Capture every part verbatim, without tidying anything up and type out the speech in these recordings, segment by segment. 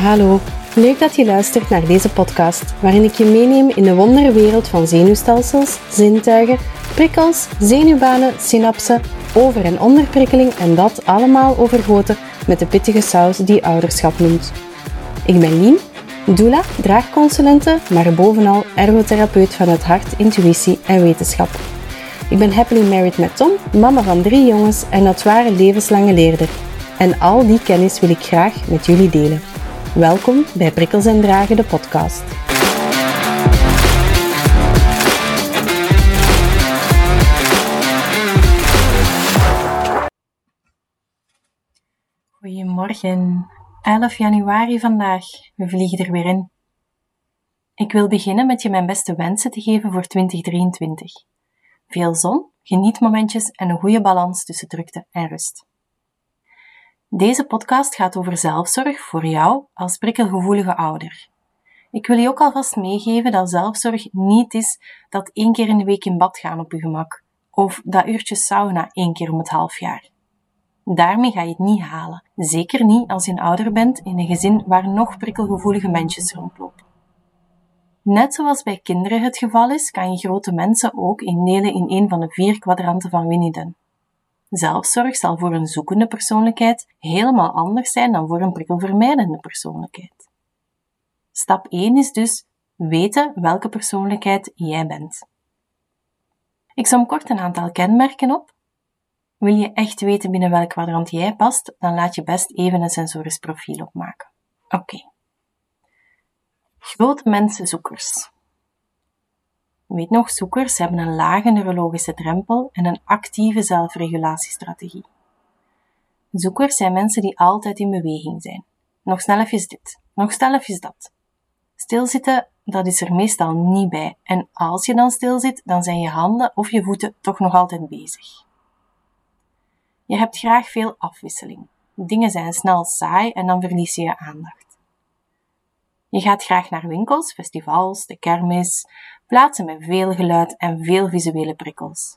Hallo, leuk dat je luistert naar deze podcast, waarin ik je meeneem in de wonderwereld van zenuwstelsels, zintuigen, prikkels, zenuwbanen, synapsen, over- en onderprikkeling en dat allemaal overgoten met de pittige saus die ouderschap noemt. Ik ben Lien, doula, draagconsulente, maar bovenal ergotherapeut van het hart, intuïtie en wetenschap. Ik ben happily married met Tom, mama van drie jongens en notoire levenslange leerder. En al die kennis wil ik graag met jullie delen. Welkom bij Prikkels en Dragen, de podcast. Goedemorgen, elf januari vandaag. We vliegen er weer in. Ik wil beginnen met je mijn beste wensen te geven voor twintig drieëntwintig. Veel zon, genietmomentjes en een goede balans tussen drukte en rust. Deze podcast gaat over zelfzorg voor jou als prikkelgevoelige ouder. Ik wil je ook alvast meegeven dat zelfzorg niet is dat één keer in de week in bad gaan op je gemak, of dat uurtje sauna één keer om het half jaar. Daarmee ga je het niet halen, zeker niet als je een ouder bent in een gezin waar nog prikkelgevoelige mensjes rondlopen. Net zoals bij kinderen het geval is, kan je grote mensen ook indelen in een van de vier kwadranten van Winnie Dunn. Zelfzorg zal voor een zoekende persoonlijkheid helemaal anders zijn dan voor een prikkelvermijdende persoonlijkheid. Stap één is dus weten welke persoonlijkheid jij bent. Ik som kort een aantal kenmerken op. Wil je echt weten binnen welk kwadrant jij past, dan laat je best even een sensorisch profiel opmaken. Oké. Okay. Grote mensenzoekers. Weet nog, zoekers hebben een lage neurologische drempel en een actieve zelfregulatiestrategie. Zoekers zijn mensen die altijd in beweging zijn. Nog snelletjes dit, nog snelletjes dat. Stilzitten, dat is er meestal niet bij. En als je dan stilzit, dan zijn je handen of je voeten toch nog altijd bezig. Je hebt graag veel afwisseling. Dingen zijn snel saai en dan verlies je je aandacht. Je gaat graag naar winkels, festivals, de kermis, plaatsen met veel geluid en veel visuele prikkels.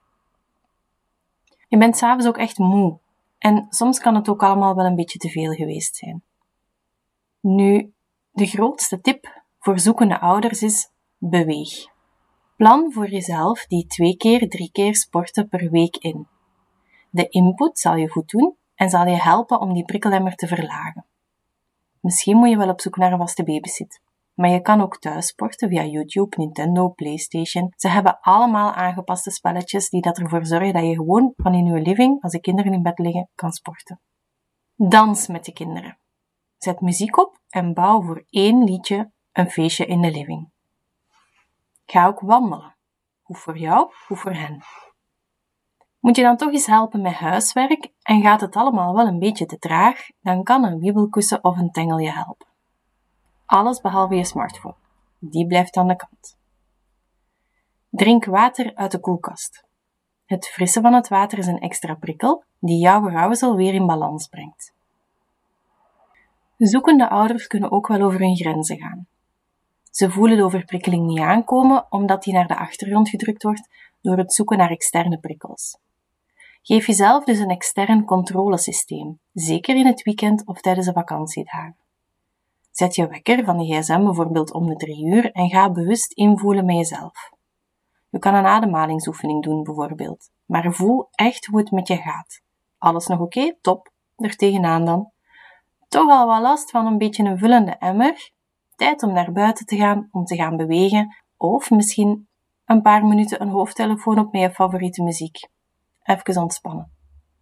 Je bent 's avonds ook echt moe en soms kan het ook allemaal wel een beetje te veel geweest zijn. Nu, de grootste tip voor zoekende ouders is: beweeg. Plan voor jezelf die twee keer, drie keer sporten per week in. De input zal je goed doen en zal je helpen om die prikkelemmer te verlagen. Misschien moet je wel op zoek naar een vaste babysit. Maar je kan ook thuis sporten via YouTube, Nintendo, PlayStation. Ze hebben allemaal aangepaste spelletjes die dat ervoor zorgen dat je gewoon van in je living, als de kinderen in bed liggen, kan sporten. Dans met de kinderen. Zet muziek op en bouw voor één liedje een feestje in de living. Ga ook wandelen. Hoe voor jou, hoe voor hen. Moet je dan toch eens helpen met huiswerk en gaat het allemaal wel een beetje te traag, dan kan een wiebelkussen of een tengel je helpen. Alles behalve je smartphone. Die blijft aan de kant. Drink water uit de koelkast. Het frisse van het water is een extra prikkel die jouw arousal weer in balans brengt. Zoekende ouders kunnen ook wel over hun grenzen gaan. Ze voelen de overprikkeling niet aankomen omdat die naar de achtergrond gedrukt wordt door het zoeken naar externe prikkels. Geef jezelf dus een extern controlesysteem, zeker in het weekend of tijdens de vakantiedagen. Zet je wekker van de gsm bijvoorbeeld om de drie uur en ga bewust invoelen met jezelf. Je kan een ademhalingsoefening doen bijvoorbeeld, maar voel echt hoe het met je gaat. Alles nog oké? Okay? Top. Er tegenaan dan. Toch al wat last van een beetje een vullende emmer? Tijd om naar buiten te gaan, om te gaan bewegen, of misschien een paar minuten een hoofdtelefoon op met je favoriete muziek. Even ontspannen.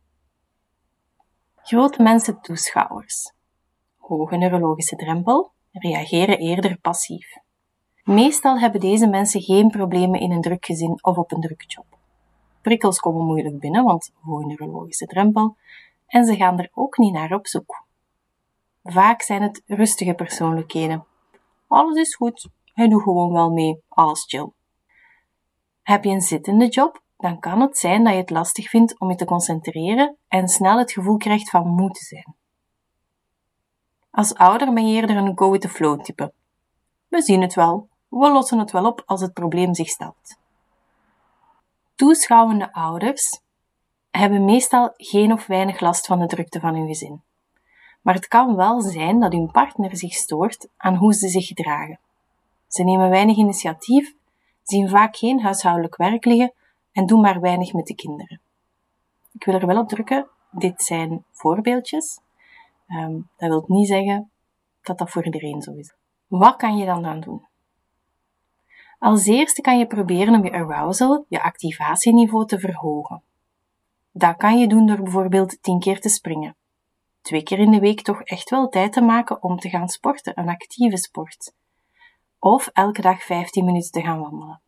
Grote mensen toeschouwers. Hoge neurologische drempel, reageren eerder passief. Meestal hebben deze mensen geen problemen in een druk gezin of op een druk job. Prikkels komen moeilijk binnen, want hoge neurologische drempel, en ze gaan er ook niet naar op zoek. Vaak zijn het rustige persoonlijkheden. Alles is goed, hij doet gewoon wel mee, alles chill. Heb je een zittende job, dan kan het zijn dat je het lastig vindt om je te concentreren en snel het gevoel krijgt van moe te zijn. Als ouder ben je eerder een go with the flow type. We zien het wel, we lossen het wel op als het probleem zich stelt. Toeschouwende ouders hebben meestal geen of weinig last van de drukte van hun gezin. Maar het kan wel zijn dat uw partner zich stoort aan hoe ze zich gedragen. Ze nemen weinig initiatief, zien vaak geen huishoudelijk werk liggen en doen maar weinig met de kinderen. Ik wil er wel op drukken, dit zijn voorbeeldjes. Um, dat wil niet zeggen dat dat voor iedereen zo is. Wat kan je dan dan doen? Als eerste kan je proberen om je arousal, je activatieniveau, te verhogen. Dat kan je doen door bijvoorbeeld tien keer te springen. Twee keer in de week toch echt wel tijd te maken om te gaan sporten, een actieve sport. Of elke dag vijftien minuten te gaan wandelen.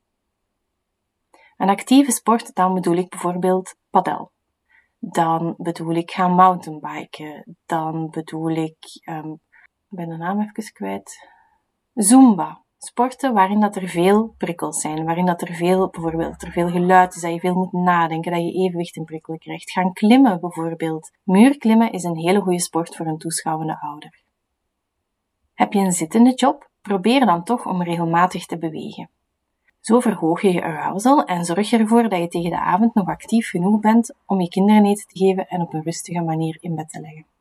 Een actieve sport, dan bedoel ik bijvoorbeeld padel. Dan bedoel ik gaan mountainbiken. Dan bedoel ik, um, ik ben de naam even kwijt, Zumba. Sporten waarin dat er veel prikkels zijn, waarin dat er veel, bijvoorbeeld, dat er veel geluid is, dat je veel moet nadenken, dat je evenwicht en prikkel krijgt. Gaan klimmen bijvoorbeeld. Muurklimmen is een hele goede sport voor een toeschouwende ouder. Heb je een zittende job? Probeer dan toch om regelmatig te bewegen. Zo verhoog je je arousal en zorg je ervoor dat je tegen de avond nog actief genoeg bent om je kinderen eten te geven en op een rustige manier in bed te leggen.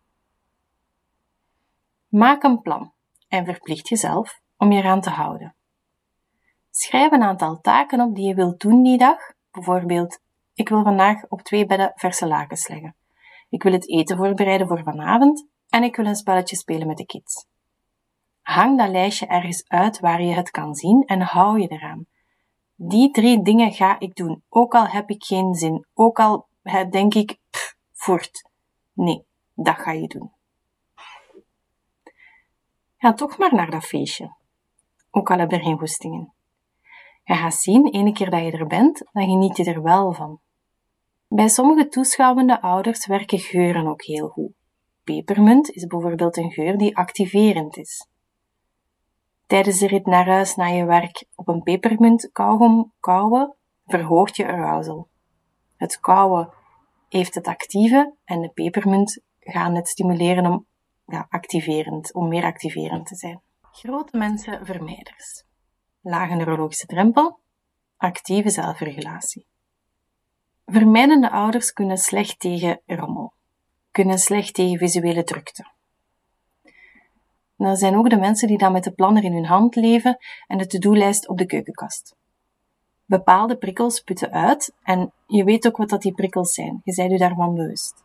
Maak een plan en verplicht jezelf om je eraan te houden. Schrijf een aantal taken op die je wilt doen die dag. Bijvoorbeeld, ik wil vandaag op twee bedden verse lakens leggen. Ik wil het eten voorbereiden voor vanavond en ik wil een spelletje spelen met de kids. Hang dat lijstje ergens uit waar je het kan zien en hou je eraan. Die drie dingen ga ik doen, ook al heb ik geen zin, ook al denk ik, pff, voort. Nee, dat ga je doen. Ga toch maar naar dat feestje, ook al heb je er geen goesting in. Je gaat zien, ene keer dat je er bent, dan geniet je er wel van. Bij sommige toeschouwende ouders werken geuren ook heel goed. Pepermunt is bijvoorbeeld een geur die activerend is. Tijdens de rit naar huis na je werk op een pepermunt kauwgom kauwen verhoogt je arousal. Het kauwen heeft het actieve en de pepermunt gaan het stimuleren om, ja, activerend, om meer activerend te zijn. Grote mensen vermijders. Lage neurologische drempel, actieve zelfregulatie. Vermijdende ouders kunnen slecht tegen rommel, kunnen slecht tegen visuele drukte. Dat zijn ook de mensen die dan met de planner in hun hand leven en de to-do-lijst op de keukenkast. Bepaalde prikkels putten uit en je weet ook wat dat die prikkels zijn. Je bent je daarvan bewust.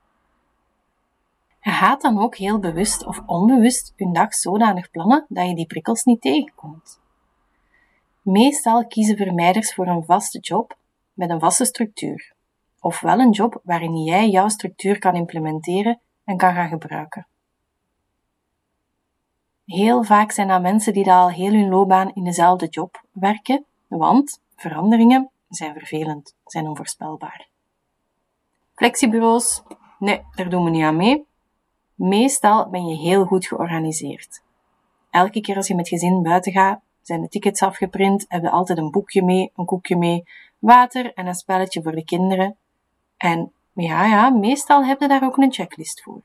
Je gaat dan ook heel bewust of onbewust je dag zodanig plannen dat je die prikkels niet tegenkomt. Meestal kiezen vermijders voor een vaste job met een vaste structuur. Ofwel een job waarin jij jouw structuur kan implementeren en kan gaan gebruiken. Heel vaak zijn dat mensen die al heel hun loopbaan in dezelfde job werken, want veranderingen zijn vervelend, zijn onvoorspelbaar. Flexiebureaus, nee, daar doen we niet aan mee. Meestal ben je heel goed georganiseerd. Elke keer als je met gezin buiten gaat, zijn de tickets afgeprint, heb je altijd een boekje mee, een koekje mee, water en een spelletje voor de kinderen. En ja, ja, meestal heb je daar ook een checklist voor.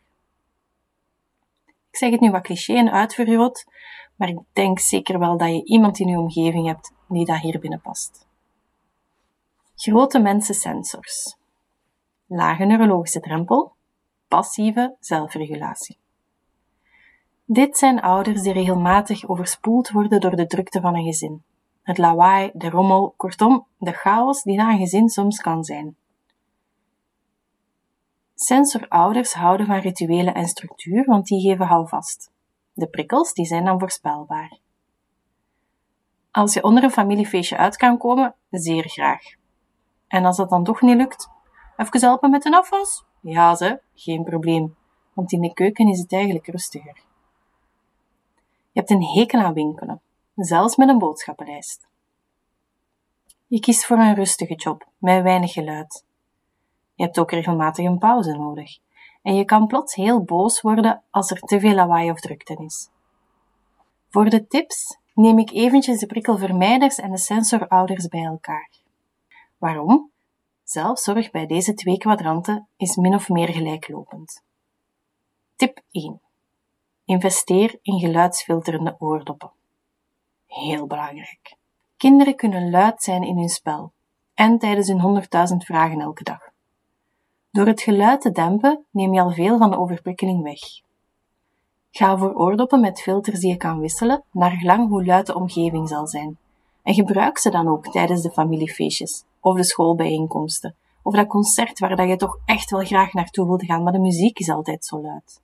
Ik zeg het nu wat cliché en uitvergroot, maar ik denk zeker wel dat je iemand in je omgeving hebt die dat hier binnen past. Grote mensensensors. Lage neurologische drempel, passieve zelfregulatie. Dit zijn ouders die regelmatig overspoeld worden door de drukte van een gezin. Het lawaai, de rommel, kortom, de chaos die na een gezin soms kan zijn. Sensorouders houden van rituelen en structuur, want die geven houvast. De prikkels die zijn dan voorspelbaar. Als je onder een familiefeestje uit kan komen, zeer graag. En als dat dan toch niet lukt, even helpen met een afwas? Ja, ze, geen probleem, want in de keuken is het eigenlijk rustiger. Je hebt een hekel aan winkelen, zelfs met een boodschappenlijst. Je kiest voor een rustige job, met weinig geluid. Je hebt ook regelmatig een pauze nodig. En je kan plots heel boos worden als er te veel lawaai of drukte is. Voor de tips neem ik eventjes de prikkelvermijders en de sensorouders bij elkaar. Waarom? Zelfzorg bij deze twee kwadranten is min of meer gelijklopend. Tip één. Investeer in geluidsfilterende oordoppen. Heel belangrijk. Kinderen kunnen luid zijn in hun spel en tijdens hun honderdduizend vragen elke dag. Door het geluid te dempen neem je al veel van de overprikkeling weg. Ga voor oordoppen met filters die je kan wisselen, naar gelang hoe luid de omgeving zal zijn. En gebruik ze dan ook tijdens de familiefeestjes, of de schoolbijeenkomsten, of dat concert waar dat je toch echt wel graag naartoe wilt gaan, maar de muziek is altijd zo luid.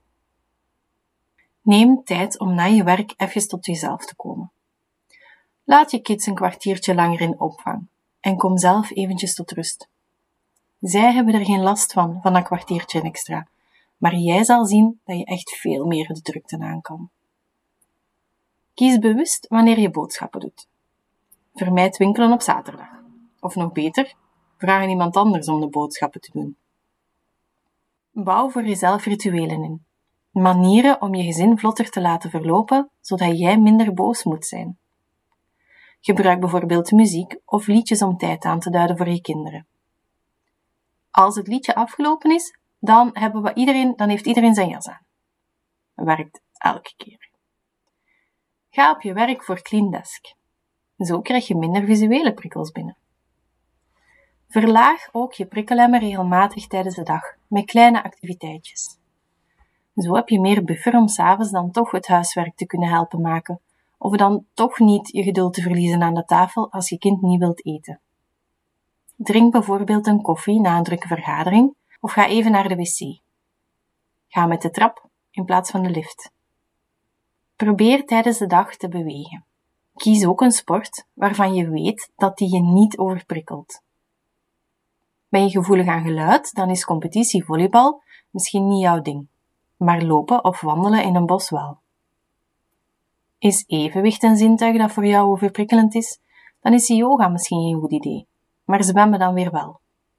Neem tijd om na je werk even tot jezelf te komen. Laat je kids een kwartiertje langer in opvang en kom zelf eventjes tot rust. Zij hebben er geen last van, van dat kwartiertje extra, maar jij zal zien dat je echt veel meer de drukte aan kan. Kies bewust wanneer je boodschappen doet. Vermijd winkelen op zaterdag. Of nog beter, vraag iemand anders om de boodschappen te doen. Bouw voor jezelf rituelen in. Manieren om je gezin vlotter te laten verlopen, zodat jij minder boos moet zijn. Gebruik bijvoorbeeld muziek of liedjes om tijd aan te duiden voor je kinderen. Als het liedje afgelopen is, dan, hebben we iedereen, dan heeft iedereen zijn jas aan. Werkt elke keer. Ga op je werk voor clean desk. Zo krijg je minder visuele prikkels binnen. Verlaag ook je prikkelemmer regelmatig tijdens de dag, met kleine activiteitjes. Zo heb je meer buffer om 's avonds dan toch het huiswerk te kunnen helpen maken, of dan toch niet je geduld te verliezen aan de tafel als je kind niet wilt eten. Drink bijvoorbeeld een koffie na een drukke vergadering, of ga even naar de wc. Ga met de trap in plaats van de lift. Probeer tijdens de dag te bewegen. Kies ook een sport waarvan je weet dat die je niet overprikkelt. Ben je gevoelig aan geluid, dan is competitievolleybal misschien niet jouw ding, maar lopen of wandelen in een bos wel. Is evenwicht een zintuig dat voor jou overprikkelend is, dan is yoga misschien geen goed idee, maar zwemmen dan weer wel.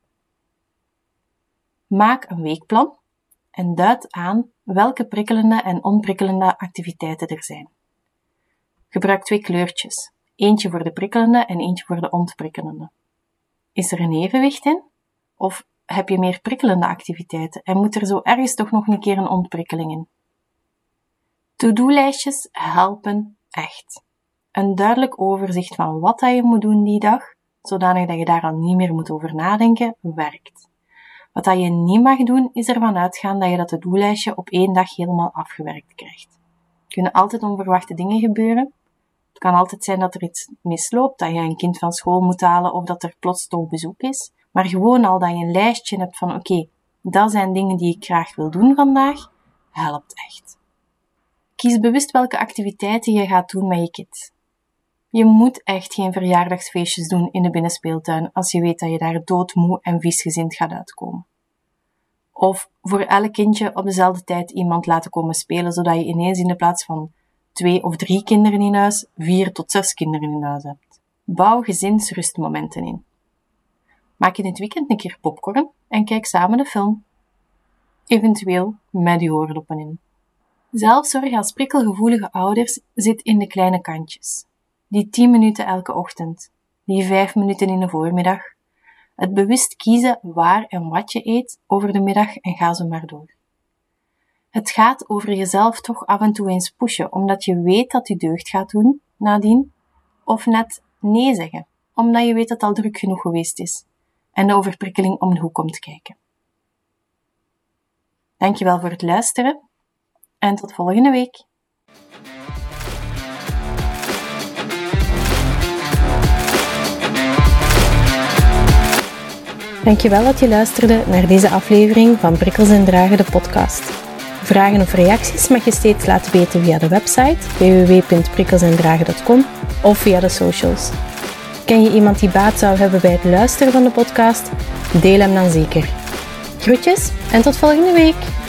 Maak een weekplan en duid aan welke prikkelende en onprikkelende activiteiten er zijn. Gebruik twee kleurtjes, eentje voor de prikkelende en eentje voor de ontprikkelende. Is er een evenwicht in? Of heb je meer prikkelende activiteiten en moet er zo ergens toch nog een keer een ontprikkeling in? To-do-lijstjes helpen echt. Een duidelijk overzicht van wat dat je moet doen die dag, zodanig dat je daar al niet meer moet over nadenken, werkt. Wat dat je niet mag doen, is ervan uitgaan dat je dat to-do-lijstje op één dag helemaal afgewerkt krijgt. Er kunnen altijd onverwachte dingen gebeuren. Het kan altijd zijn dat er iets misloopt, dat je een kind van school moet halen of dat er plots toch bezoek is. Maar gewoon al dat je een lijstje hebt van oké, okay, dat zijn dingen die ik graag wil doen vandaag, helpt echt. Kies bewust welke activiteiten je gaat doen met je kind. Je moet echt geen verjaardagsfeestjes doen in de binnenspeeltuin als je weet dat je daar doodmoe en viesgezind gaat uitkomen. Of voor elk kindje op dezelfde tijd iemand laten komen spelen, zodat je ineens in de plaats van twee of drie kinderen in huis, vier tot zes kinderen in huis hebt. Bouw gezinsrustmomenten in. Maak in het weekend een keer popcorn en kijk samen de film. Eventueel met je oordoppen in. Zelfzorg als prikkelgevoelige ouders zit in de kleine kantjes. Die tien minuten elke ochtend, die vijf minuten in de voormiddag. Het bewust kiezen waar en wat je eet over de middag en ga zo maar door. Het gaat over jezelf toch af en toe eens pushen, omdat je weet dat je deugd gaat doen nadien, of net nee zeggen, omdat je weet dat het al druk genoeg geweest is en de overprikkeling om de hoek komt kijken. Dankjewel voor het luisteren en tot volgende week. Dankjewel dat je luisterde naar deze aflevering van Prikkels en Dragen, de podcast. Vragen of reacties mag je steeds laten weten via de website w w w punt prikkels en dragen punt com of via de socials. Ken je iemand die baat zou hebben bij het luisteren van de podcast? Deel hem dan zeker. Groetjes en tot volgende week!